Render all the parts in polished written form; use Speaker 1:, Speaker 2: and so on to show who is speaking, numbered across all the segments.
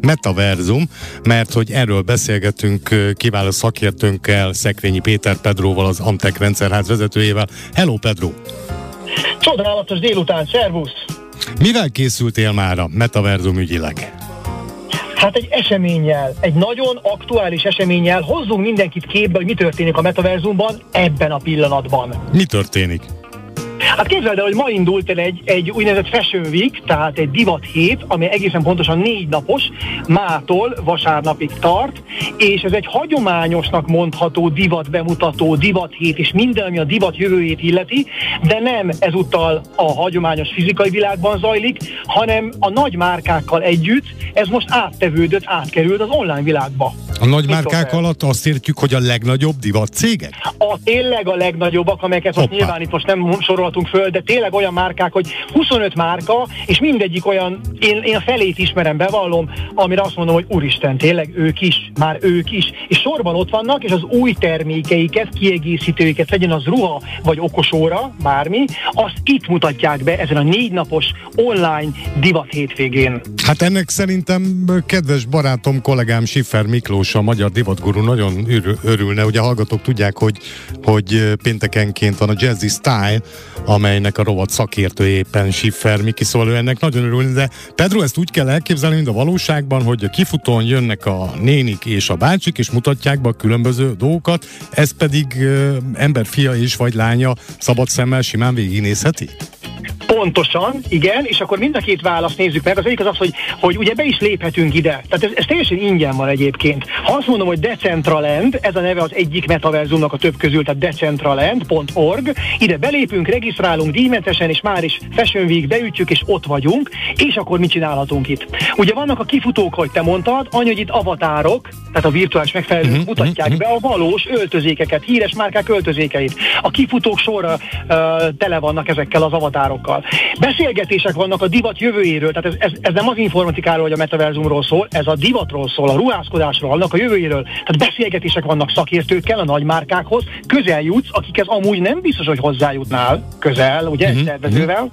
Speaker 1: metaverzum, mert hogy erről beszélgetünk kiváló szakértőnkkel, Szekrényi Péter Pedróval, az Amtek rendszerház vezetőjével. Hello, Pedro!
Speaker 2: Csodálatos délután, szervusz!
Speaker 1: Mivel készültél már a metaverzum ügyileg?
Speaker 2: Hát egy eseménnyel, egy nagyon aktuális eseménnyel hozzunk mindenkit képbe, hogy mi történik a metaverzumban ebben a pillanatban.
Speaker 1: Mi történik?
Speaker 2: Hát képzeld el, hogy ma indult el egy úgynevezett Fashion Week, tehát egy divat hét, ami egészen pontosan 4 napos, mától vasárnapig tart, és ez egy hagyományosnak mondható divat bemutató, divat hét, és minden, ami a divat jövőjét illeti, de nem ezúttal a hagyományos fizikai világban zajlik, hanem a nagy márkákkal együtt ez most átkerült az online világba.
Speaker 1: A nagy márkák alatt azt értjük, hogy a legnagyobb divat cégek?
Speaker 2: Tényleg a legnagyobbak, amelyeket most nyilván itt most nem sorolhatunk föl, de tényleg olyan márkák, hogy 25 márka, és mindegyik olyan, én a felét ismerem, bevallom, amire azt mondom, hogy úristen, tényleg ők is, és sorban ott vannak, és az új termékeiket, kiegészítőiket, legyen az ruha, vagy okosóra, bármi, azt itt mutatják be ezen a 4 napos online divat hétvégén.
Speaker 1: Hát ennek szerintem kedves barátom, kollégám Schiffer Miklós, a magyar divatguru nagyon örülne. Ugye hallgatók tudják, hogy péntekenként van a Jazzy Style, amelynek a rovat szakértője éppen Schiffer Miki, szóval ő ennek nagyon örülne, de Pedro, ezt úgy kell elképzelni, mint a valóságban, hogy a kifutón jönnek a nénik és a bácsik, és mutatják be a különböző dolgokat, ez pedig ember fia és vagy lánya szabad szemmel simán végignézheti?
Speaker 2: Pontosan, igen, és akkor mind a két választ nézzük meg. Az egyik az, hogy ugye be is léphetünk ide. Tehát ez teljesen ingyen van egyébként. Ha azt mondom, hogy Decentraland, ez a neve az egyik metaverzumnak a több közül, tehát decentraland.org, ide belépünk, regisztrálunk díjmentesen, és már is Fashion Week beütjük, és ott vagyunk, és akkor mit csinálhatunk itt? Ugye vannak a kifutók, hogy te mondtad, hogy itt avatárok, tehát a virtuális megfelelők mutatják be a valós öltözékeket, híres márkák öltözékeit. A kifutók sorra tele vannak ezekkel az avatárokkal. Beszélgetések vannak a divat jövőjéről, tehát ez nem az informatikáról vagy a metaverzumról szól, ez a divatról szól, a ruházkodásról, annak a jövőjéről. Tehát beszélgetések vannak szakértőkkel a nagymárkákhoz, közel jutsz, akikhez amúgy nem biztos, hogy hozzájutnál, közel, ugye, egy szervezővel.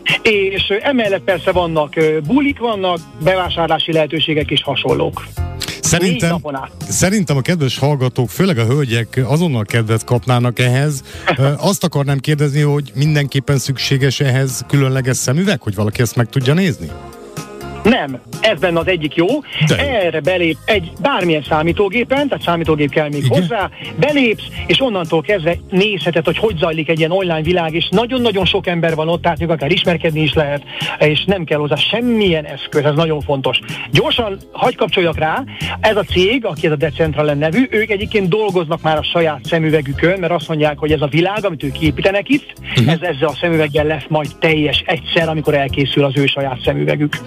Speaker 2: És emellett persze vannak bulik, vannak bevásárlási lehetőségek és hasonlók.
Speaker 1: Szerintem a kedves hallgatók, főleg a hölgyek azonnal kedvet kapnának ehhez. Azt akarnám kérdezni, hogy mindenképpen szükséges ehhez különleges szemüveg, hogy valaki ezt meg tudja nézni?
Speaker 2: Nem, ez benne az egyik jó. Erre belép egy bármilyen számítógépen, tehát számítógép kell még hozzá, belépsz, és onnantól kezdve nézheted, hogy zajlik egy ilyen online világ, és nagyon-nagyon sok ember van ott, tehát még akár ismerkedni is lehet, és nem kell hozzá semmilyen eszköz, ez nagyon fontos. Gyorsan, hagyj kapcsoljak rá, ez a cég, aki ez a Decentraland nevű, ők egyébként dolgoznak már a saját szemüvegükön, mert azt mondják, hogy ez a világ, amit ők építenek itt, ez ezzel a szemüveggel lesz majd teljes egyszer, amikor elkészül az ő saját szemüvegük.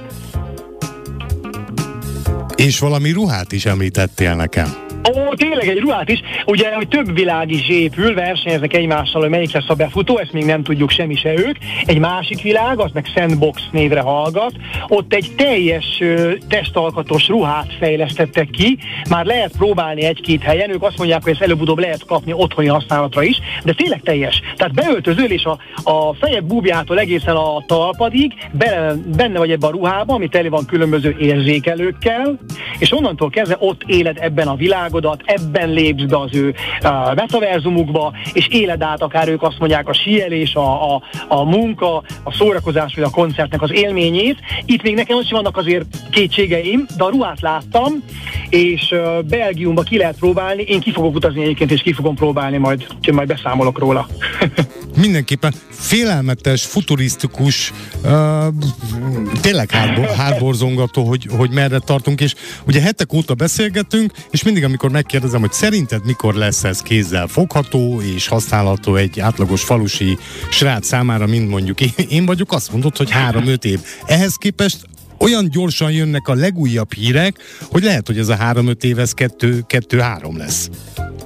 Speaker 1: És valami ruhát is említettél nekem.
Speaker 2: Tényleg egy ruhát is. Ugye, hogy több világ is épül, versenyeznek egymással, hogy melyik lesz a befutó, ezt még nem tudjuk semmi se ők. Egy másik világ, az meg Sandbox névre hallgat, ott egy teljes testalkatos ruhát fejlesztettek ki, már lehet próbálni egy-két helyen, ők azt mondják, hogy ezt előbb-utóbb lehet kapni otthoni használatra is, de tényleg teljes. Tehát beöltözöl, és a fejed búbjától egészen a talpadig benne vagy ebben a ruhában, ami tele van különböző érzékelőkkel, és onnantól kezdve ott éled ebben a világodat, ebben lépsz be az ő metaverzumukba, és éled át akár ők azt mondják a síelés, a munka, a szórakozás vagy a koncertnek az élményét. Itt még nekem is vannak azért kétségeim, de a ruhát láttam, és Belgiumba ki lehet próbálni, én ki fogok utazni egyébként, és ki fogom próbálni, majd beszámolok róla.
Speaker 1: Mindenképpen félelmetes, futurisztikus, tényleg hátborzongató, hogy merre tartunk, és ugye hetek óta beszélgetünk, és mindig, amikor megkérdezem, hogy szerinted mikor lesz ez kézzel fogható és használható egy átlagos falusi srác számára, mint mondjuk én vagyok, azt mondod, hogy 3-5 év. Ehhez képest olyan gyorsan jönnek a legújabb hírek, hogy lehet, hogy ez a 3-5 év, ez 2-3 lesz.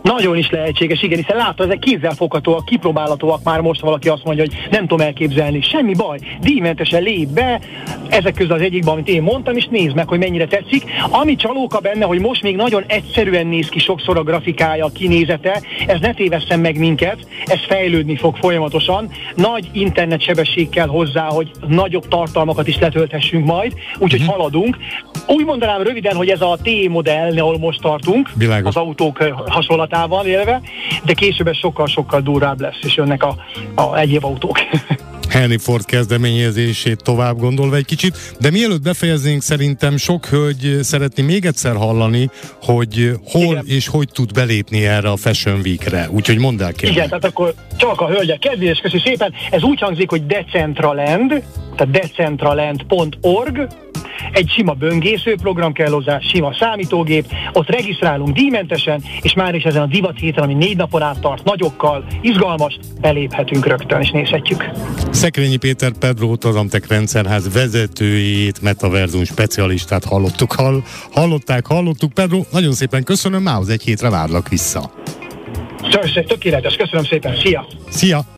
Speaker 2: Nagyon is lehetséges, igen, hiszen látod, ezek kézzelfoghatóak, kipróbálhatóak már most, valaki azt mondja, hogy nem tudom elképzelni. Semmi baj, díjmentesen lép be, ezek közül az egyikben, amit én mondtam, és nézd meg, hogy mennyire tetszik. Ami csalóka benne, hogy most még nagyon egyszerűen néz ki sokszor a grafikája, a kinézete, ez ne tévesszen meg minket, ez fejlődni fog folyamatosan. Nagy internetsebesség kell hozzá, hogy nagyobb tartalmakat is letölthessünk majd, úgyhogy haladunk. Úgy mondanám röviden, hogy ez a T-modell, ahol most tartunk,
Speaker 1: Világos.
Speaker 2: az autók hasonlatával élve, de később ez sokkal-sokkal durvább lesz, és jönnek a egyéb autók.
Speaker 1: Henry Ford kezdeményezését tovább gondolva egy kicsit, de mielőtt befejeznénk, szerintem sok hölgy szeretné még egyszer hallani, hogy hol
Speaker 2: Igen.
Speaker 1: és hogy tud belépni erre a Fashion Weekre. Úgyhogy mondd el, kérlek.
Speaker 2: Igen, tehát akkor csak a hölgyek kedvélyes, köszönjük szépen. Ez úgy hangzik, hogy Decentraland, tehát decentraland.org, egy sima böngészőprogram kell hozzá, sima számítógép, ott regisztrálunk díjmentesen, és már is ezen a divat héten, ami 4 napon át tart, nagyokkal, izgalmas, beléphetünk rögtön, és nézhetjük.
Speaker 1: Szekrényi Péter Pedrót, az Amtek rendszerház vezetőjét, metaverzum specialistát hallottuk. Pedro, nagyon szépen köszönöm, mához egy hétre várlak vissza.
Speaker 2: Tökéletes, köszönöm szépen, szia!
Speaker 1: Szia!